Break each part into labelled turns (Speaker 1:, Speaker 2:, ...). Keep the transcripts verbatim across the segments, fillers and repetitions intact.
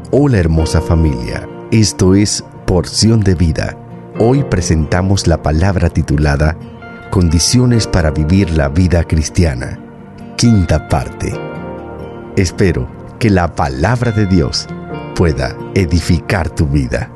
Speaker 1: Hola hermosa familia, esto es Porción de Vida. Hoy presentamos la palabra titulada Condiciones para vivir la vida cristiana, quinta parte. Espero que la palabra de Dios pueda edificar tu vida.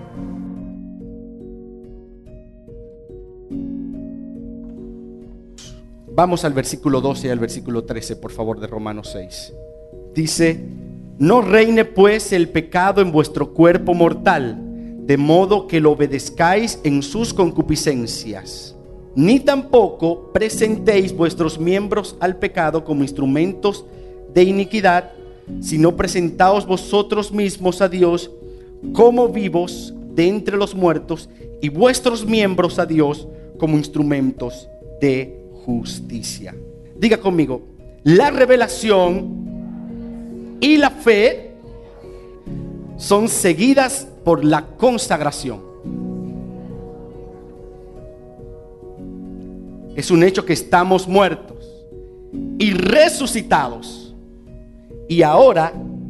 Speaker 2: Vamos al versículo doce y al versículo trece, por favor, de Romanos seis. Dice: no reine pues el pecado en vuestro cuerpo mortal, de modo que lo obedezcáis en sus concupiscencias. Ni tampoco presentéis vuestros miembros al pecado como instrumentos de iniquidad, sino presentaos vosotros mismos a Dios como vivos de entre los muertos, y vuestros miembros a Dios como instrumentos de justicia. Diga conmigo: la revelación y la fe son seguidas por la consagración. Es un hecho que estamos muertos y resucitados, y ahora,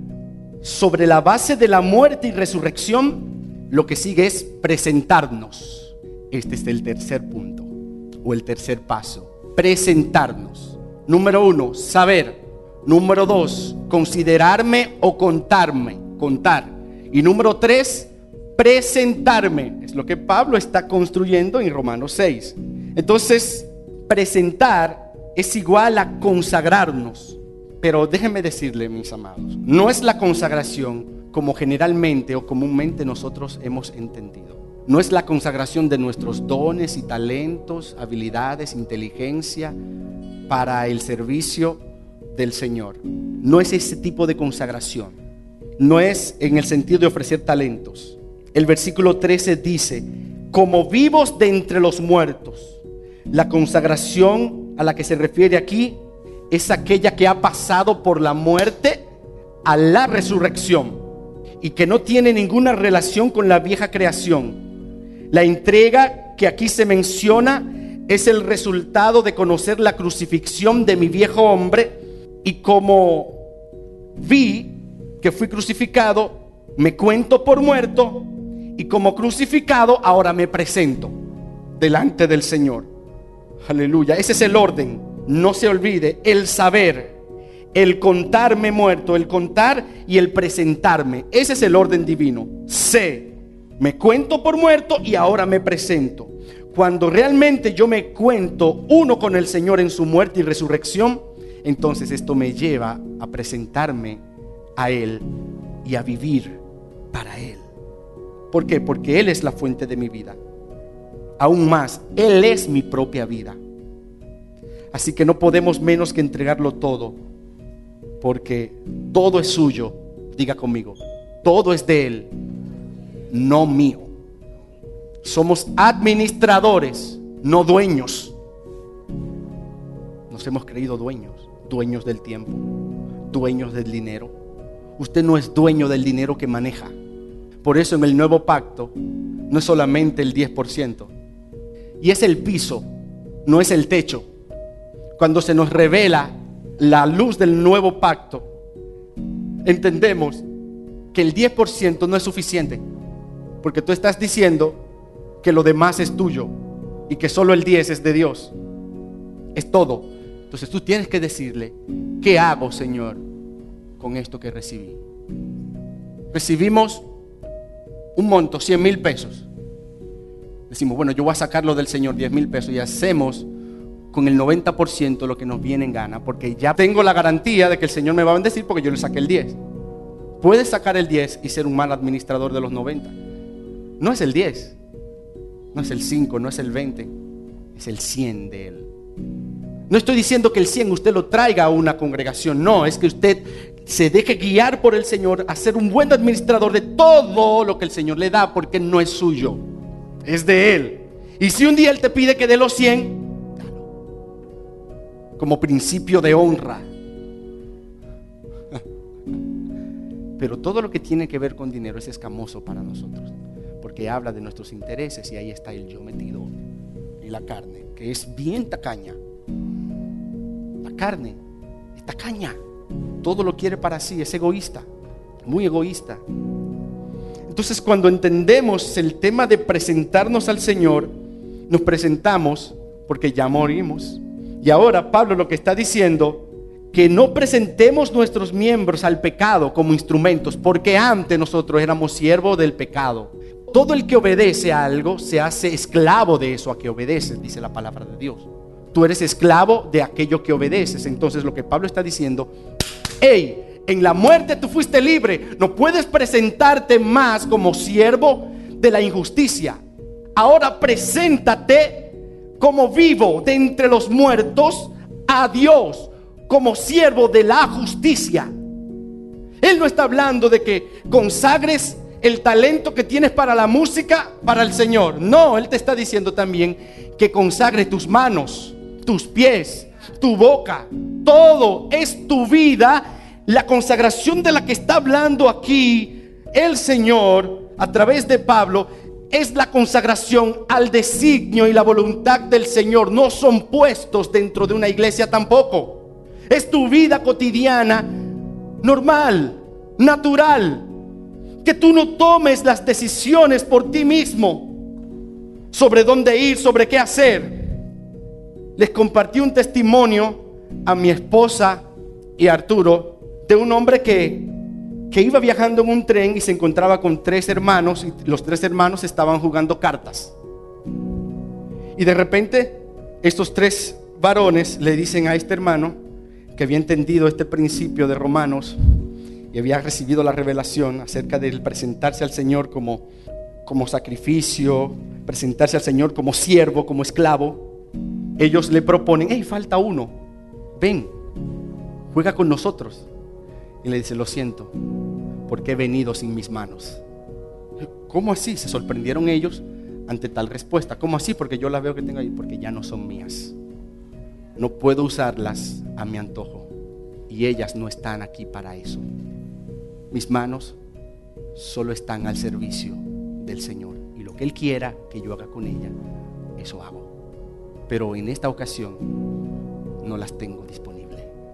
Speaker 2: sobre la base de la muerte y resurrección, lo que sigue es presentarnos. Este es el tercer punto, o el tercer paso: presentarnos. Número uno, saber. Número dos, considerarme o contarme, contar. Y número tres, presentarme. Es lo que Pablo está construyendo en Romanos seis. Entonces, presentar es igual a consagrarnos. Pero déjenme decirle, mis amados, no es la consagración como generalmente o comúnmente nosotros hemos entendido. No es la consagración de nuestros dones y talentos, habilidades, inteligencia para el servicio del Señor. No es ese tipo de consagración. No es en el sentido de ofrecer talentos. El versículo trece dice: como vivos de entre los muertos. La consagración a la que se refiere aquí es aquella que ha pasado por la muerte a la resurrección y que no tiene ninguna relación con la vieja creación. La entrega que aquí se menciona es el resultado de conocer la crucifixión de mi viejo hombre, y como vi que fui crucificado, me cuento por muerto, y como crucificado ahora me presento delante del Señor. Aleluya, ese es el orden. No se olvide: el saber, el contarme muerto, el contar y el presentarme. Ese es el orden divino. Sé, me cuento por muerto y ahora me presento. Cuando realmente yo me cuento uno con el Señor en su muerte y resurrección, entonces esto me lleva a presentarme a Él y a vivir para Él. ¿Por qué? Porque Él es la fuente de mi vida. Aún más, Él es mi propia vida. Así que no podemos menos que entregarlo todo, porque todo es suyo. Diga conmigo: todo es de Él, no mío. Somos administradores, no dueños. Nos hemos creído dueños. Dueños del tiempo, dueños del dinero. Usted no es dueño del dinero que maneja. Por eso en el nuevo pacto no es solamente el diez por ciento, y es el piso, no es el techo. Cuando se nos revela la luz del nuevo pacto, entendemos que el diez por ciento no es suficiente, porque tú estás diciendo que lo demás es tuyo y que solo el diez es de Dios. Es todo. Entonces tú tienes que decirle: ¿qué hago, Señor, con esto que recibí? Recibimos un monto, cien mil pesos. Decimos: bueno, yo voy a sacarlo del Señor, diez mil pesos, y hacemos con el noventa por ciento lo que nos viene en gana, porque ya tengo la garantía de que el Señor me va a bendecir porque yo le saqué el diez. Puedes sacar el diez y ser un mal administrador de los noventa. No es el diez, no es el cinco, no es el veinte, es el cien de Él. No estoy diciendo que el cien usted lo traiga a una congregación. No, es que usted se deje guiar por el Señor a ser un buen administrador de todo lo que el Señor le da, porque no es suyo, es de Él. Y si un día Él te pide que dé los cien, dalo, como principio de honra. Pero todo lo que tiene que ver con dinero es escamoso para nosotros, porque habla de nuestros intereses, y ahí está el yo metido, y la carne, que es bien tacaña. La carne es tacaña, todo lo quiere para sí, es egoísta. muy egoísta. Entonces, cuando entendemos el tema de presentarnos al Señor, nos presentamos porque ya morimos. Y ahora Pablo lo que está diciendo, que no presentemos nuestros miembros al pecado como instrumentos, porque antes nosotros éramos siervos del pecado. Todo el que obedece a algo se hace esclavo de eso a que obedeces, dice la palabra de Dios. Tú eres esclavo de aquello que obedeces. Entonces lo que Pablo está diciendo, hey, en la muerte tú fuiste libre. No puedes presentarte más como siervo de la injusticia. Ahora preséntate como vivo de entre los muertos a Dios, como siervo de la justicia. Él no está hablando de que consagres el talento que tienes para la música para el Señor. No, Él te está diciendo también que consagres tus manos, tus pies, tu boca. Todo es tu vida. La consagración de la que está hablando aquí el Señor a través de Pablo es la consagración al designio y la voluntad del Señor. No son puestos dentro de una iglesia tampoco. Es tu vida cotidiana, normal, natural. Que tú no tomes las decisiones por ti mismo sobre dónde ir, sobre qué hacer. Les compartí un testimonio a mi esposa y a Arturo de un hombre que, que iba viajando en un tren y se encontraba con tres hermanos, y los tres hermanos estaban jugando cartas. Y de repente estos tres varones le dicen a este hermano, que había entendido este principio de Romanos y había recibido la revelación acerca del presentarse al Señor como, como sacrificio, presentarse al Señor como siervo, como esclavo. Ellos le proponen, hey, falta uno, ven, juega con nosotros. Y le dice, lo siento, porque he venido sin mis manos. ¿Cómo así? Se sorprendieron ellos ante tal respuesta. ¿Cómo así? Porque yo las veo que tengo ahí, porque ya no son mías. No puedo usarlas a mi antojo, y ellas no están aquí para eso. Mis manos solo están al servicio del Señor, y lo que Él quiera que yo haga con ella, eso hago. Pero en esta ocasión no las tengo disponibles.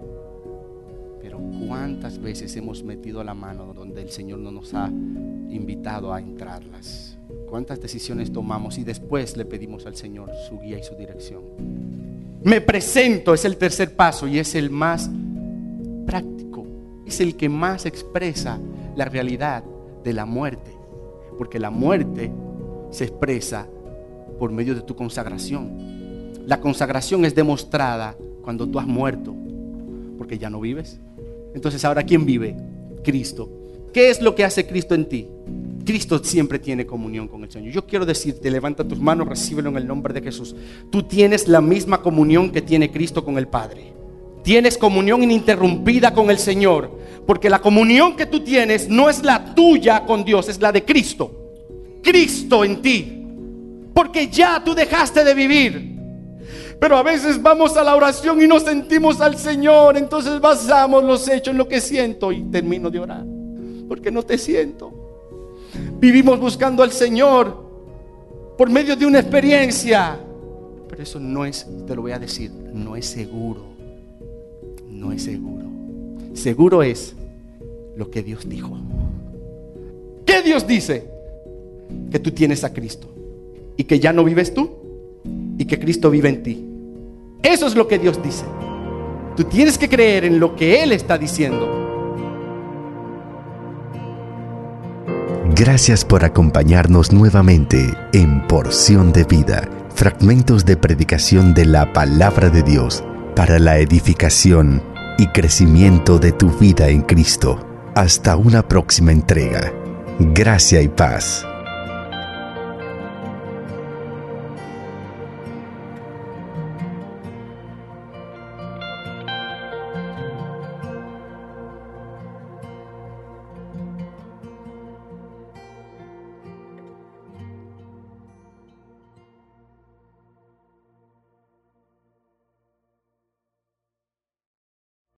Speaker 2: Pero ¿cuántas veces hemos metido la mano donde el Señor no nos ha invitado a entrarlas? ¿Cuántas decisiones tomamos y después le pedimos al Señor su guía y su dirección? Me presento es el tercer paso y es el más práctico. Es el que más expresa la realidad de la muerte. Porque la muerte se expresa por medio de tu consagración. La consagración es demostrada cuando tú has muerto, porque ya no vives. Entonces ahora, ¿quién vive? Cristo. ¿Qué es lo que hace Cristo en ti? Cristo siempre tiene comunión con el Señor. Yo quiero decirte, levanta tus manos, recíbelo en el nombre de Jesús. Tú tienes la misma comunión que tiene Cristo con el Padre. Tienes comunión ininterrumpida con el Señor, porque la comunión que tú tienes no es la tuya con Dios, es la de Cristo. Cristo en ti, porque ya tú dejaste de vivir. Pero a veces vamos a la oración y no sentimos al Señor. Entonces basamos los hechos en lo que siento y termino de orar, porque no te siento. Vivimos buscando al Señor por medio de una experiencia, pero eso no es, te lo voy a decir, no es seguro. No es seguro. Seguro es lo que Dios dijo. ¿Qué Dios dice? Que tú tienes a Cristo y que ya no vives tú y que Cristo vive en ti. Eso es lo que Dios dice. Tú tienes que creer en lo que Él está diciendo.
Speaker 1: Gracias por acompañarnos nuevamente en Porción de Vida, fragmentos de predicación de la palabra de Dios para la edificación y crecimiento de tu vida en Cristo. Hasta una próxima entrega. Gracia y paz.